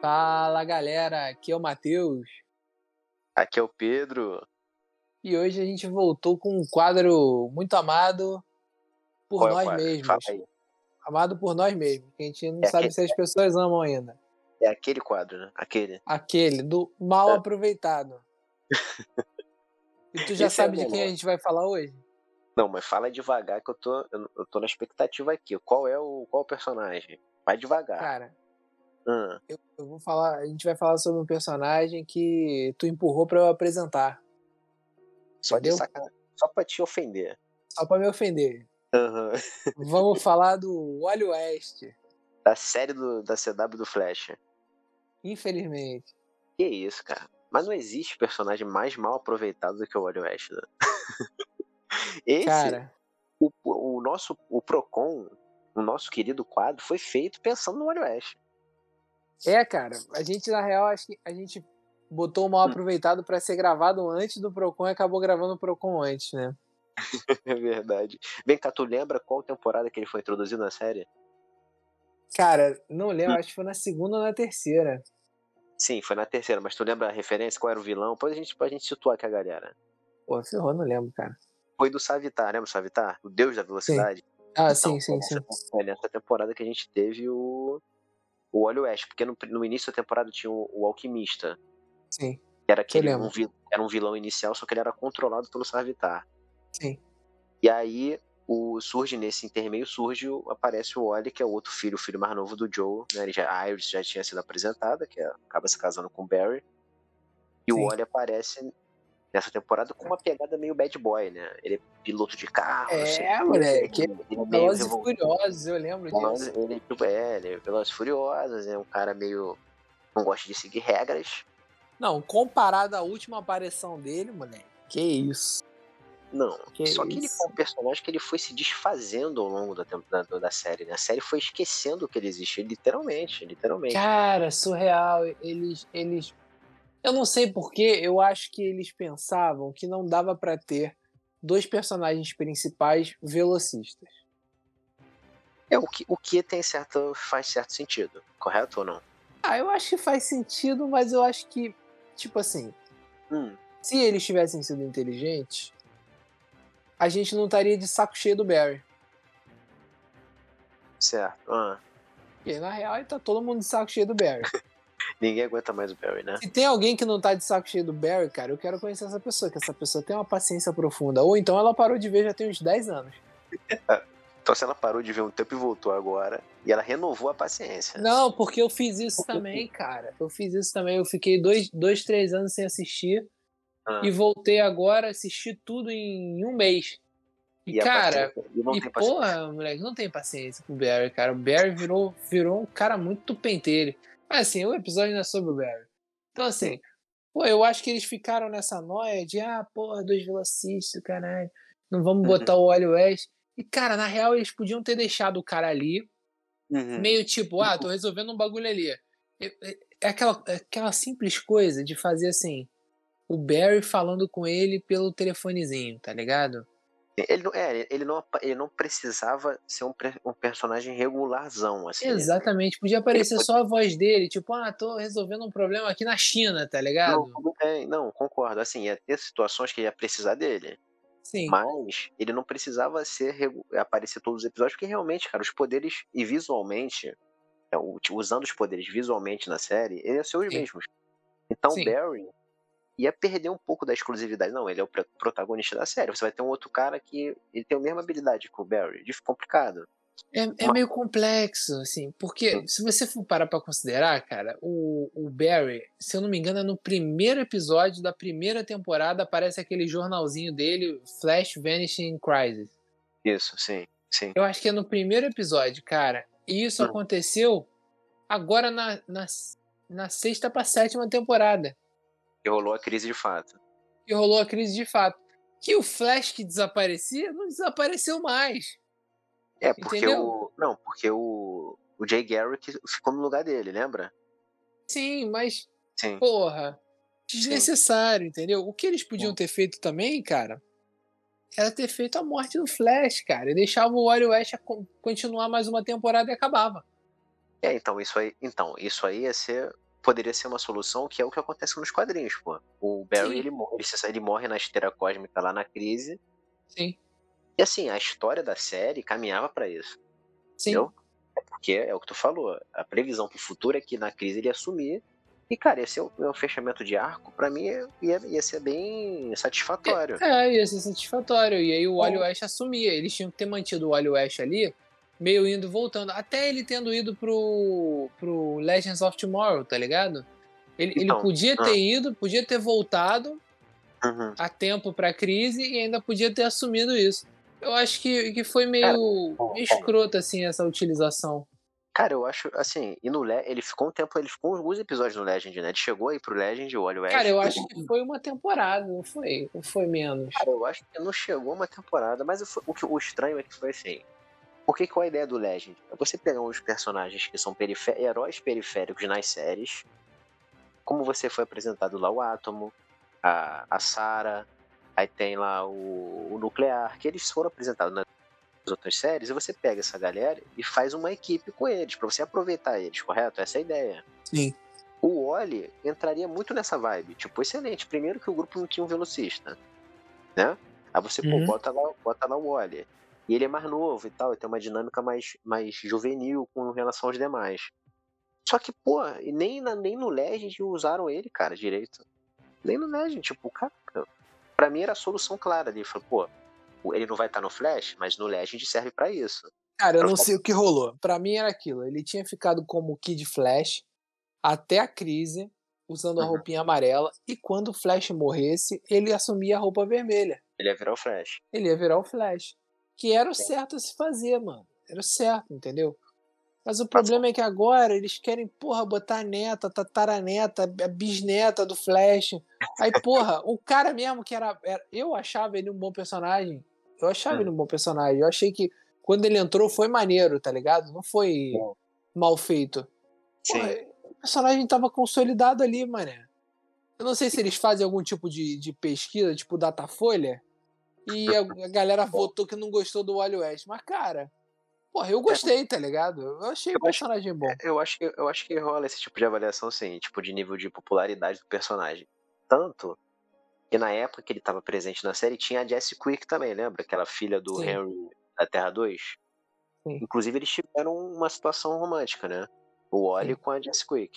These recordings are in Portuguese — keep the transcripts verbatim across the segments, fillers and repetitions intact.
Fala galera, aqui é o Matheus Aqui é o Pedro. e hoje a gente voltou com um quadro muito amado por Qual é o nós quadro? Fala mesmos. aí. Amado por nós mesmos, que a gente não É sabe aquele, se as pessoas amam ainda. é aquele quadro, né? Aquele. Aquele do mal É. aproveitado. E tu já Esse é o sabe de quem a melhor. gente vai falar hoje? Não, mas fala devagar que eu tô, eu, eu tô na expectativa aqui. Qual é o, qual o personagem? Vai devagar. Cara, Hum, eu, eu vou falar, a gente vai falar sobre um personagem que tu empurrou pra eu apresentar, só de entendeu? sacanagem. Só pra te ofender. Só pra me ofender. Aham. Vamos falar do Wally West, Da série do, da C W do Flash. infelizmente. Que isso, cara. Mas não existe personagem mais mal aproveitado do que o Wally West, né? Esse, Cara, o, o nosso, o Procon, o nosso querido quadro, foi feito pensando no Wally West. é, cara, a gente, na real, acho que a gente botou o mal aproveitado pra ser gravado antes do Procon e acabou gravando o Procon antes, né? É verdade. Vem cá, tu lembra qual temporada que ele foi introduzido na série? Cara, não lembro, Hum. acho que foi na segunda ou na terceira. Sim, foi na terceira, mas tu lembra a referência? Qual era o vilão? Depois a gente, pra gente situar aqui a galera. Pô, ferrou, não lembro, cara. Foi do Savitar, lembra o Savitar? O deus da Sim. velocidade? Ah, Então, sim, foi sim, nessa, sim. foi nessa temporada que a gente teve o, o Wally West, porque no, no início da temporada tinha o, o Alquimista, Sim. que era Você aquele um, lembra? vi- era um vilão inicial, só que ele era controlado pelo Savitar. Sim. E aí o, surge nesse intermeio, surge, o- aparece o Wally, que é o outro filho, o filho mais novo do Joe, né? Ele já, a Iris já tinha sido apresentada, que é- acaba se casando com o Barry. E o Sim. Wally aparece nessa temporada com uma pegada meio bad boy, né? Ele é piloto de carro, não sei o É, quê, moleque. ele é meio Velozes e revoltado. Furiosos, eu lembro disso. Ele, tipo, é, ele é Velozes e Furiosos, é um cara meio... não gosta de seguir regras. Não, comparado à última aparição dele, moleque, que isso. Não, Que só que ele isso. foi um personagem que ele foi se desfazendo ao longo da, temp- da, da série, né? A série foi esquecendo que ele existia, literalmente, literalmente. Cara, surreal. Eles, eles Eu não sei porquê, eu acho que eles pensavam que não dava pra ter dois personagens principais velocistas. É, o que, o que tem certo, faz certo sentido, correto ou não? Ah, eu acho que faz sentido, mas eu acho que, tipo assim, Hum, se eles tivessem sido inteligentes, a gente não estaria de saco cheio do Barry. certo. Ah, Porque, na real, tá todo mundo de saco cheio do Barry. ninguém aguenta mais o Barry, né? Se tem alguém que não tá de saco cheio do Barry, cara, eu quero conhecer essa pessoa, que essa pessoa tem uma paciência profunda. Ou então ela parou de ver já tem uns dez anos. Então se ela parou de ver um tempo e voltou agora, e ela renovou a paciência. Não, porque eu fiz isso também, cara. Eu fiz isso também. Eu fiquei dois, dois três anos sem assistir Ah, e voltei agora a assistir tudo em um mês. E, e, a paciência, cara, e não e tem paciência. porra, moleque, não tem paciência com o Barry, cara. O Barry virou, virou um cara muito pentelho. Mas, assim, o episódio não é sobre o Barry. Então, assim, pô, eu acho que eles ficaram nessa noia de, ah, porra, dois velocistas, caralho. Não vamos Uhum, botar o Wally West. E, cara, na real, eles podiam ter deixado o cara ali uhum. meio tipo, ah, tô resolvendo um bagulho ali. É, é- é aquela, é aquela simples coisa de fazer assim, o Barry falando com ele pelo telefonezinho, tá ligado? Ele não, é, ele não, apa- ele não precisava ser um, pre- um personagem regularzão, assim. Exatamente, podia Ele aparecer pode. só a voz dele, tipo, ah, tô resolvendo um problema aqui na China, tá Não, ligado? tudo bem, não, concordo. Assim, ia ter situações que ia precisar dele. Sim, Mas ele não precisava ser regu- aparecer todos os episódios, porque realmente, cara, os poderes e visualmente, é, o- usando os poderes visualmente na série, eles iam ser os sim, mesmos. Então o sim. Barry ia perder um pouco da exclusividade. Não, ele é o pro- protagonista da série. Você vai ter um outro cara que ele tem a mesma habilidade que o Barry. Dif- Complicado. É, é Mas, meio complexo, assim, porque se você for parar pra considerar, cara, o, o Barry, se eu não me engano, é no primeiro episódio da primeira temporada aparece aquele jornalzinho dele, Flash Vanishing Crisis. isso, sim, sim. Eu acho que é no primeiro episódio, cara. E isso Hum, aconteceu agora na, na, na sexta pra sétima temporada. E rolou a crise de fato. E rolou a crise de fato. Que o Flash que desaparecia não desapareceu mais. É, porque Entendeu? o. Não, porque o. O Jay Garrick ficou no lugar dele, lembra? Sim, mas, Sim, porra, sim. desnecessário, entendeu? O que eles podiam ter feito também, cara, era ter feito a morte do Flash, cara, e deixava o Wally West a continuar mais uma temporada e acabava. É, então, isso aí, então, isso aí ia ser poderia ser uma solução, que é o que acontece nos quadrinhos, pô. O Barry, Sim, ele, mo- ele, se- ele morre na esteira cósmica lá na crise. sim, E assim, a história da série caminhava pra isso, sim. entendeu? Porque é o que tu falou, a previsão pro futuro é que na crise ele ia assumir. E, cara, esse é um, é um fechamento de arco, pra mim ia, ia ser bem satisfatório. É, ia ser satisfatório. E aí o Wally Bom, West assumia. Eles tinham que ter mantido o Wally West ali, meio indo e voltando. Até ele tendo ido pro, pro Legends of Tomorrow, tá ligado? Ele, ele então, podia ter ah, ido, podia ter voltado uhum. a tempo pra crise e ainda podia ter assumido isso. Eu acho que, que foi Cara, meio, meio escroto, assim, essa utilização. cara, eu acho, assim, e no Le ele ficou um tempo, ele ficou alguns episódios no Legend, né? Ele chegou aí pro Legend, o Wally Cara, West. eu acho que foi uma temporada, não foi? Ou foi menos? Cara, eu acho que não chegou uma temporada, mas o, o, que- o estranho é que foi assim. Por que qual é a ideia do Legend? É você pegar uns personagens que são perifé- heróis periféricos nas séries, como você foi apresentado lá o Átomo, a, a Sarah, aí tem lá o, o Nuclear, que eles foram apresentados nas outras séries, e você pega essa galera e faz uma equipe com eles, pra você aproveitar eles, correto? Essa é a ideia. Sim. O Wally entraria muito nessa vibe, tipo, excelente. Primeiro que o grupo não tinha um velocista, né? Aí você, pô, Uhum. bota lá, bota lá o Wally. E ele é mais novo e tal, e tem uma dinâmica mais, mais juvenil com relação aos demais. Só que, pô, e nem, na, nem no Legend usaram ele, cara, direito. Nem no Legend, tipo, cara, pra mim era a solução clara ali. Falei, pô, ele não vai estar no Flash, mas no Legend serve pra isso. Cara, eu Pra não ficar- sei o que rolou. Pra mim era aquilo. Ele tinha ficado como Kid Flash até a crise, usando a Uhum. roupinha amarela, e quando o Flash morresse, ele assumia a roupa vermelha. Ele ia virar o Flash. Ele ia virar o Flash. Que era o certo a se fazer, mano. Era o certo, entendeu? Mas o Passou. problema é que agora eles querem, porra, botar a neta, a tataraneta, a bisneta do Flash. Aí, porra, o cara mesmo que era, era. Eu achava ele um bom personagem. Eu achava ele Uhum. um bom personagem. Eu achei que quando ele entrou foi maneiro, tá ligado? Não foi mal feito. Porra, Sim. o personagem tava consolidado ali, mané. Eu não sei se eles fazem algum tipo de, de pesquisa, tipo Datafolha, e a, a galera votou que não gostou do Wally West. Mas, cara, porra, eu É, gostei, tá ligado? Eu achei o eu acho, personagem bom. eu acho que eu acho que rola esse tipo de avaliação, sim, tipo de nível de popularidade do personagem. Tanto que na época que ele estava presente na série tinha a Jessie Quick também, lembra? Aquela filha do Sim, Henry da Terra dois. sim, Inclusive eles tiveram uma situação romântica, né? O Wally sim. com a Jessie Quick.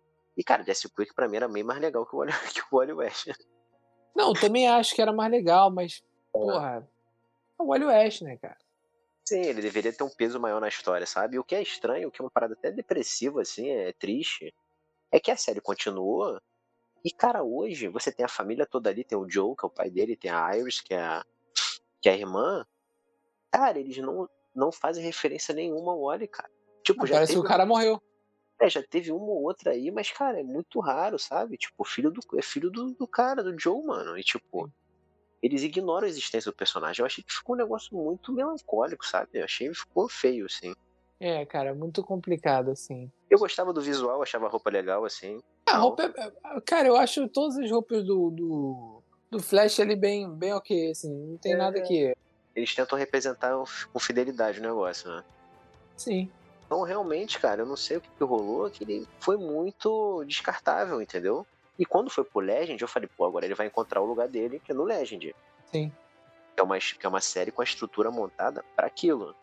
E cara, a Jessie Quick pra mim era bem mais legal que o Wally, que o Wally West. Não, também acho que era mais legal, mas, porra, é o Wally West, né, cara? Sim, ele deveria ter um peso maior na história, sabe? E o que é estranho, o que é uma parada até depressiva, assim, é triste, é que a série continua. E, cara, hoje você tem a família toda ali, tem o Joe, que é o pai dele, tem a Iris, que é a, que é a irmã. Cara, eles não, não fazem referência nenhuma ao Wally, cara. Tipo, Ah, já parece que o teve, cara morreu. é, já teve uma ou outra aí, mas, cara, é muito raro, sabe? Tipo, filho do, é filho do, do cara, do Joe, mano. E, tipo, Sim. eles ignoram a existência do personagem. Eu achei que ficou um negócio muito melancólico, sabe? Eu achei que ficou feio, assim. É, cara, muito complicado, assim. Eu gostava do visual, achava a roupa legal, assim, A tal. roupa é, é- cara, eu acho todas as roupas do, do, do Flash ali bem, bem ok, assim. Não tem nada É, que. eles tentam representar com fidelidade o negócio, né? Sim. Então, realmente, cara, eu não sei o que, que rolou, que ele foi muito descartável, entendeu? E quando foi pro Legend, eu falei, pô, agora ele vai encontrar o lugar dele, que é no Legend. Sim. Que é uma, que é uma série com a estrutura montada para aquilo.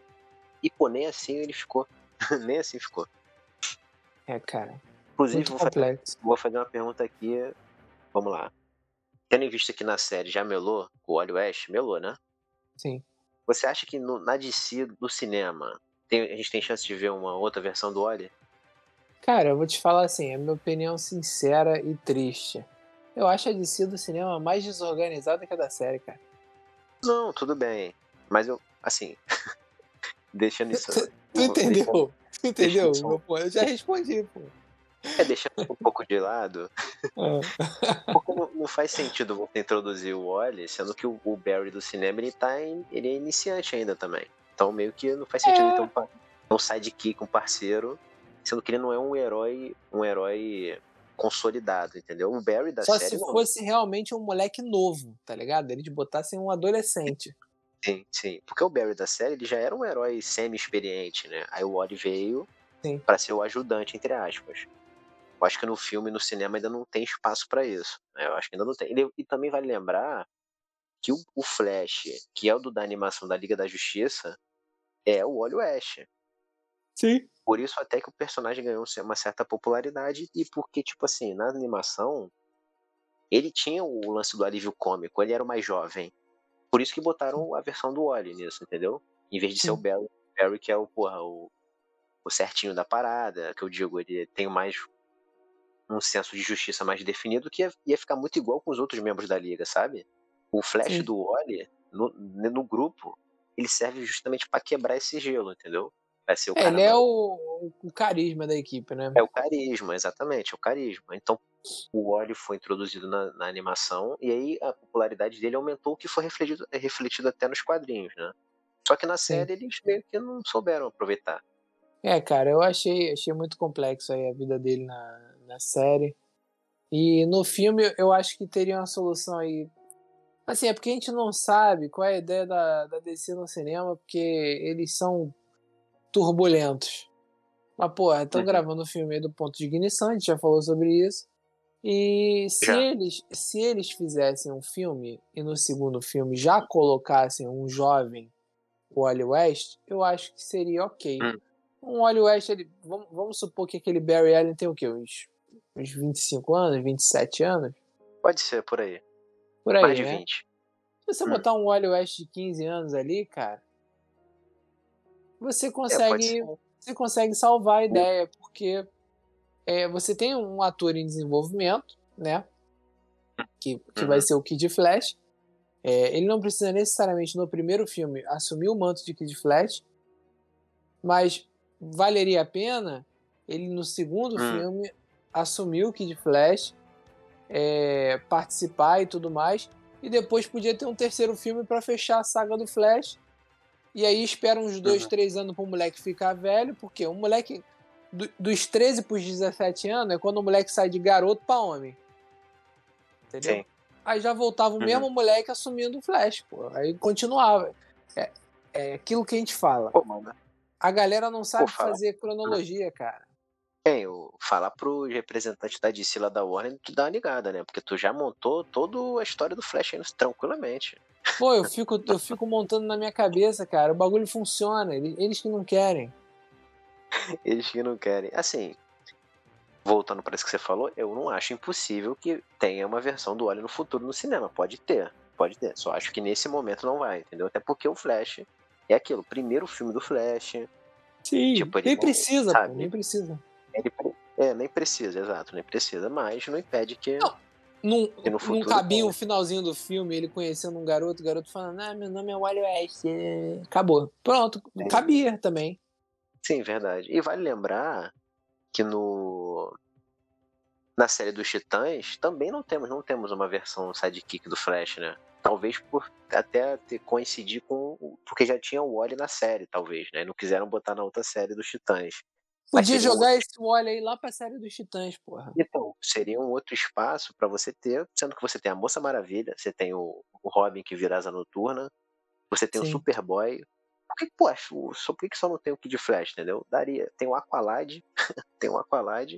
E, pô, nem assim ele ficou. Nem assim ficou. É, cara. Inclusive, Muito vou fazer, complexo. vou fazer uma pergunta aqui. Vamos lá. Tendo em vista que na série já melou, o Wally West melou, né? Sim. Você acha que no, na D C do cinema tem- a gente tem chance de ver uma outra versão do Wally? Cara, eu vou te falar assim, é a minha opinião sincera e triste. Eu acho a D C do cinema mais desorganizada que a da série, cara. Não, tudo bem. Mas eu, assim, deixando isso. Tu Deixando, entendeu? Tu deixando entendeu? isso, Meu pô, eu já respondi, pô. é, deixando isso um pouco de lado. Ah. Porque não, não faz sentido você introduzir o Wally, sendo que o, o Barry do cinema ele tá em, ele é iniciante ainda também. Então meio que não faz sentido ele ter um, É, pa- um sidekick, um parceiro, sendo que ele não é um herói, um herói consolidado, entendeu? O Barry da só série se não. fosse realmente um moleque novo, tá ligado? Eles botassem um adolescente. Sim, sim. Porque o Barry da série ele já era um herói semi-experiente, né? Aí o Wally veio Sim. pra ser o ajudante, entre aspas. Eu acho que no filme, no cinema, ainda não tem espaço pra isso, né, eu acho que ainda não tem. E e também vale lembrar que o o Flash, que é o do da animação da Liga da Justiça, é o Wally West. Sim. Por isso até que o personagem ganhou ce uma certa popularidade e porque, tipo assim, na animação, ele tinha o lance do alívio cômico, ele era o mais jovem. Por isso que botaram a versão do Wally nisso, entendeu? Em vez de ser o Sim. Barry Barry que é o, porra, o o certinho da parada, que eu digo, ele tem mais um senso de justiça mais definido, que ia ia ficar muito igual com os outros membros da liga, sabe? O Flash Sim. do Wally, no no grupo, ele serve justamente pra quebrar esse gelo, entendeu? Vai ser o É, cara ele é mais o o carisma da equipe, né. é o carisma, exatamente, é o carisma. Então, o Wally foi introduzido na na animação, e aí a popularidade dele aumentou, o que foi refletido refletido até nos quadrinhos, né. Só que na Sim. série eles meio que não souberam aproveitar. É, cara, eu achei achei muito complexo aí a vida dele na na série. E no filme eu acho que teria uma solução aí. Assim, é porque a gente não sabe qual é a ideia da da D C no cinema, porque eles são turbulentos. Mas, porra, estão Uhum. gravando o filme aí do Ponto de Ignição, a gente já falou sobre isso. E se Já. eles se eles fizessem um filme e no segundo filme já colocassem um jovem Wally West, eu acho que seria ok. Hum. Um Wally West, ele, vamos, vamos supor que aquele Barry Allen tem o quê? Uns, uns vinte e cinco anos, vinte e sete anos? Pode ser, por aí. Por Mais aí, de né? vinte. Se você Hum. botar um Wally West de quinze anos ali, cara, você É, pode consegue, ser. você consegue salvar a O ideia, porque é, você tem um ator em desenvolvimento, né? Que, que vai Uhum. ser o Kid Flash. É, ele não precisa necessariamente no primeiro filme assumir o manto de Kid Flash, mas valeria a pena ele no segundo Hum. filme assumir o Kid Flash, é, participar e tudo mais, e depois podia ter um terceiro filme para fechar a saga do Flash. E aí espera uns dois, Uhum. três anos para o moleque ficar velho, porque o moleque do, dos treze para os dezessete anos é quando o moleque sai de garoto para homem, entendeu? Sim. Aí já voltava o Uhum. mesmo moleque assumindo o Flash, pô. Aí continuava. É, é aquilo que a gente fala. Pô, mano, A galera não pô, sabe falar fazer hum. cronologia, cara. É, eu falar para os representantes da D C lá da Warner tu dá uma ligada, né, porque tu já montou toda a história do Flash aí tranquilamente. Pô, eu fico, eu fico montando na minha cabeça, cara. O bagulho funciona. Eles, eles que não querem. Eles que não querem. Assim, voltando para isso que você falou, eu não acho impossível que tenha uma versão do Wally no futuro no cinema. Pode ter, pode ter. Só acho que nesse momento não vai, entendeu? Até porque o Flash é aquilo, o primeiro filme do Flash, Sim, tipo, ele nem não, precisa, pô, nem sabe, precisa. ele é, nem precisa, exato, nem precisa, mas não impede que, Não, não, que no não futuro cabia o tenha. finalzinho do filme, ele conhecendo um garoto, o garoto falando, ah, meu nome é Wally West. é, Acabou. Pronto, Sim, cabia também. sim, verdade. E vale lembrar que no na série dos Titãs também não temos não temos uma versão sidekick do Flash, né. Talvez por até ter coincidir com o porque já tinha o Wally na série, talvez, né, e não quiseram botar na outra série dos Titãs. Mas Podia seria um jogar outro esse Wally aí lá pra série dos Titãs, porra. então, seria um outro espaço pra você ter, sendo que você tem a Moça Maravilha, você tem o o Robin que vira Asa Noturna, você tem o Sim. Superboy. Por que pô, acho só por que que só não tem o Kid Flash, entendeu? Daria tem o Aqualad, tem o Aqualad.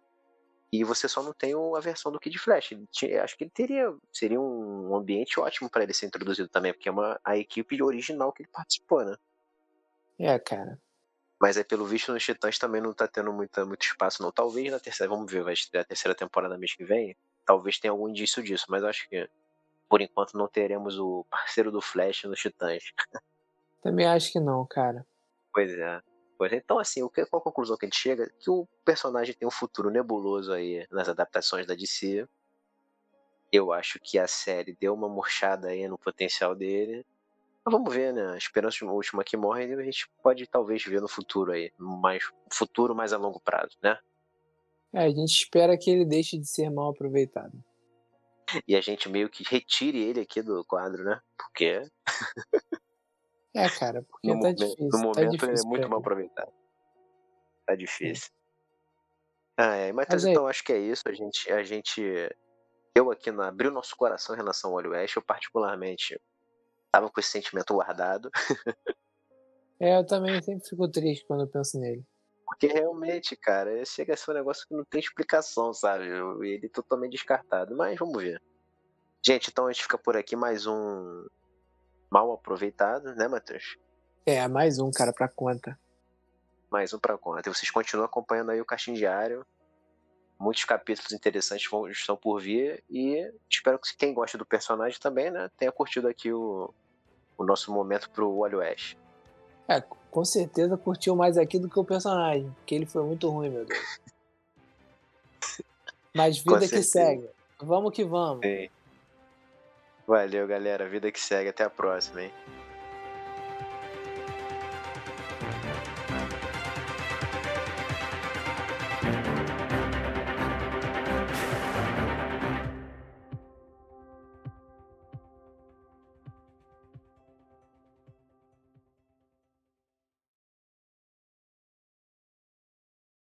E você só não tem o a versão do Kid Flash. Ele ti acho que ele teria seria um ambiente ótimo pra ele ser introduzido também, porque é uma a equipe original que ele participou, né. É, cara. Mas aí, pelo visto, nos Titãs também não tá tendo muita muito espaço não. Talvez na terceira vamos ver, vai estrear a terceira temporada mês que vem, talvez tenha algum indício disso, mas eu acho que, por enquanto, não teremos o parceiro do Flash nos Titãs. Também acho que não, cara. Pois é. Pois é, então assim, o que qual a conclusão que a gente chega? Que o personagem tem um futuro nebuloso aí nas adaptações da D C. Eu acho que a série deu uma murchada aí no potencial dele. Mas vamos ver, né? A esperança última que morre, a gente pode talvez ver no futuro aí, mais futuro mais a longo prazo, né? É, a gente espera que ele deixe de ser mal aproveitado. E a gente meio que retire ele aqui do quadro, né? Porque É, cara, no porque tá momento, no difícil, tá momento ele é difícil pra muito mal ele. aproveitado. Tá Sim. difícil. Ah, é, Matheus, Mas é, então acho que é isso. A gente, a gente, eu aqui na, abriu nosso coração em relação ao Wally West. Eu particularmente tava com esse sentimento guardado. é, eu também sempre fico triste quando eu penso nele. Porque realmente, cara, chega a ser um negócio que não tem explicação, sabe? Eu- Ele totalmente descartado. Mas vamos ver. Gente, então a gente fica por aqui mais um mal aproveitado, né, Matheus? É, mais um, cara, pra conta. Mais um pra conta. E vocês continuam acompanhando aí o Caixinho Diário. Muitos capítulos interessantes vão, estão por vir. E espero que quem gosta do personagem também, né, tenha curtido aqui o, o nosso momento pro Wally West. É, com certeza curtiu mais aqui do que o personagem, porque ele foi muito ruim, meu Deus. Mas Com vida que certeza. segue. Vamos que vamos. Sim. Valeu, galera. Vida que segue. Até a próxima, hein?